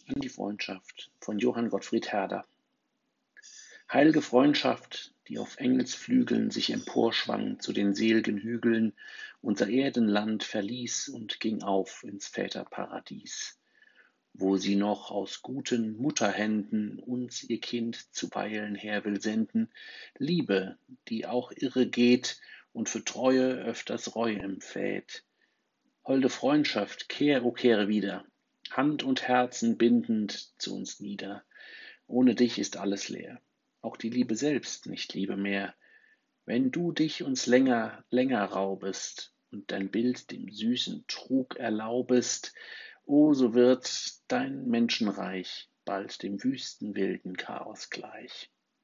an die Freundschaft von Johann Gottfried Herder. Heil'ge Freundschaft, die auf Engelsflügeln sich emporschwang zu den sel'gen Hügeln, unser Erdenland verließ und ging auf ins Väterparadies, wo sie noch aus guten Mutterhänden uns ihr Kind zuweilen her will senden, Liebe, die auch irre geht und für Treue öfters Reu empfäht. Holde Freundschaft, kehre wieder, Hand und Herzen bindend zu uns nieder. Ohne dich ist alles leer, auch die Liebe selbst nicht Liebe mehr. Wenn du dich uns länger raubest und dein Bild dem süßen Trug erlaubest, o, so wird dein Menschenreich bald dem wüsten wilden Chaos gleich.